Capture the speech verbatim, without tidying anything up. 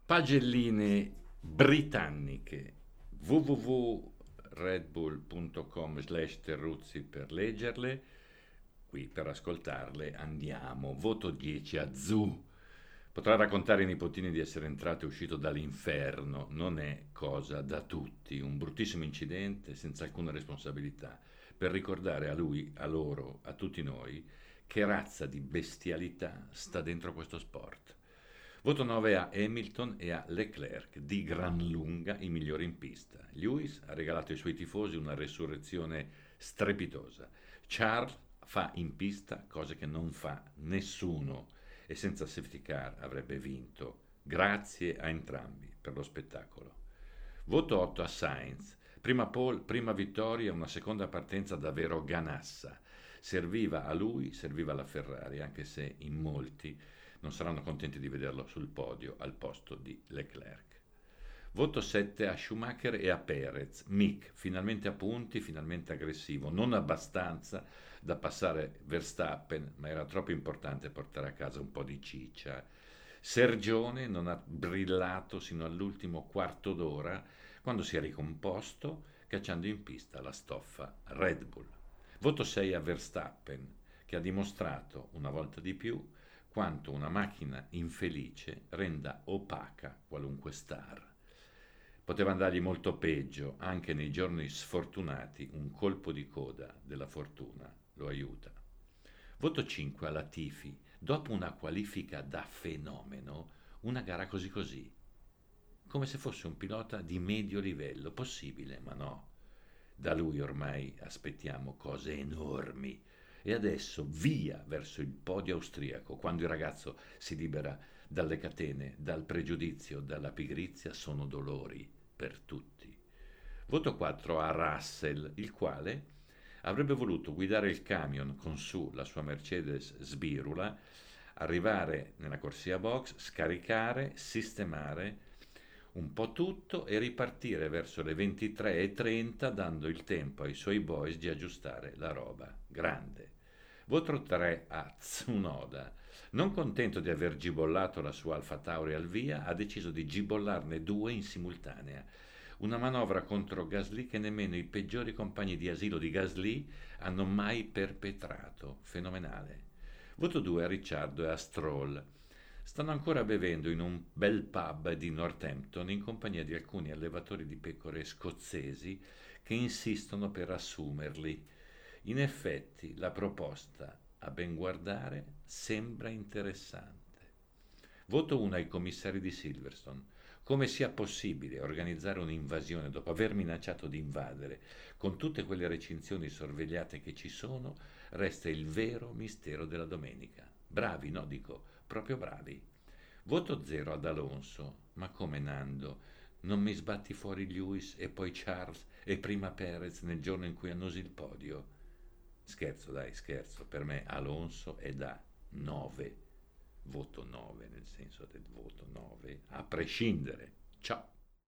Pagelline britanniche. w w w punto redbull punto com slash Terruzzi per leggerle, qui per ascoltarle andiamo. Voto dieci a Zoo. Potrà raccontare ai nipotini di essere entrato e uscito dall'inferno, non è cosa da tutti, un bruttissimo incidente senza alcuna responsabilità, per ricordare a lui, a loro, a tutti noi, che razza di bestialità sta dentro questo sport. Voto nove a Hamilton e a Leclerc, di gran lunga i migliori in pista. Lewis ha regalato ai suoi tifosi una resurrezione strepitosa. Charles fa in pista cose che non fa nessuno e senza safety car avrebbe vinto. Grazie a entrambi per lo spettacolo. Voto otto a Sainz. Prima pole, prima vittoria, una seconda partenza davvero ganassa. Serviva a lui, serviva alla Ferrari, anche se in molti non saranno contenti di vederlo sul podio al posto di Leclerc. Voto sette a Schumacher e a Perez. Mick, finalmente a punti, finalmente aggressivo, non abbastanza da passare Verstappen, ma era troppo importante portare a casa un po' di ciccia. Sergione non ha brillato sino all'ultimo quarto d'ora, quando si è ricomposto, cacciando in pista la stoffa Red Bull. Voto sei a Verstappen, che ha dimostrato, una volta di più, quanto una macchina infelice renda opaca qualunque star. Poteva andargli molto peggio, anche nei giorni sfortunati un colpo di coda della fortuna lo aiuta. Voto cinque alla Latifi, dopo una qualifica da fenomeno, una gara così così, come se fosse un pilota di medio livello, possibile, ma no. Da lui ormai aspettiamo cose enormi. E adesso via verso il podio austriaco, quando il ragazzo si libera dalle catene, dal pregiudizio, dalla pigrizia, sono dolori per tutti. Voto quattro a Russell, il quale avrebbe voluto guidare il camion con su la sua Mercedes sbirula, arrivare nella corsia box, scaricare, sistemare un po' tutto e ripartire verso le ventitré e trenta, dando il tempo ai suoi boys di aggiustare la roba. Grande. Voto tre a Tsunoda. Non contento di aver gibollato la sua Alfa Tauri al via, ha deciso di gibollarne due in simultanea. Una manovra contro Gasly che nemmeno i peggiori compagni di asilo di Gasly hanno mai perpetrato. Fenomenale. Voto due a Ricciardo e a Stroll. Stanno ancora bevendo in un bel pub di Northampton in compagnia di alcuni allevatori di pecore scozzesi che insistono per assumerli. In effetti la proposta, a ben guardare, sembra interessante. Voto uno ai commissari di Silverstone. Come sia possibile organizzare un'invasione dopo aver minacciato di invadere, con tutte quelle recinzioni sorvegliate che ci sono, resta il vero mistero della domenica. Bravi, no, dico, proprio bravi. Voto zero ad Alonso. Ma come, Nando? Non mi sbatti fuori Lewis e poi Charles e prima Perez nel giorno in cui annusi il podio? Scherzo, dai, scherzo. Per me Alonso è da nove. Voto nove, nel senso del voto nove, a prescindere. Ciao.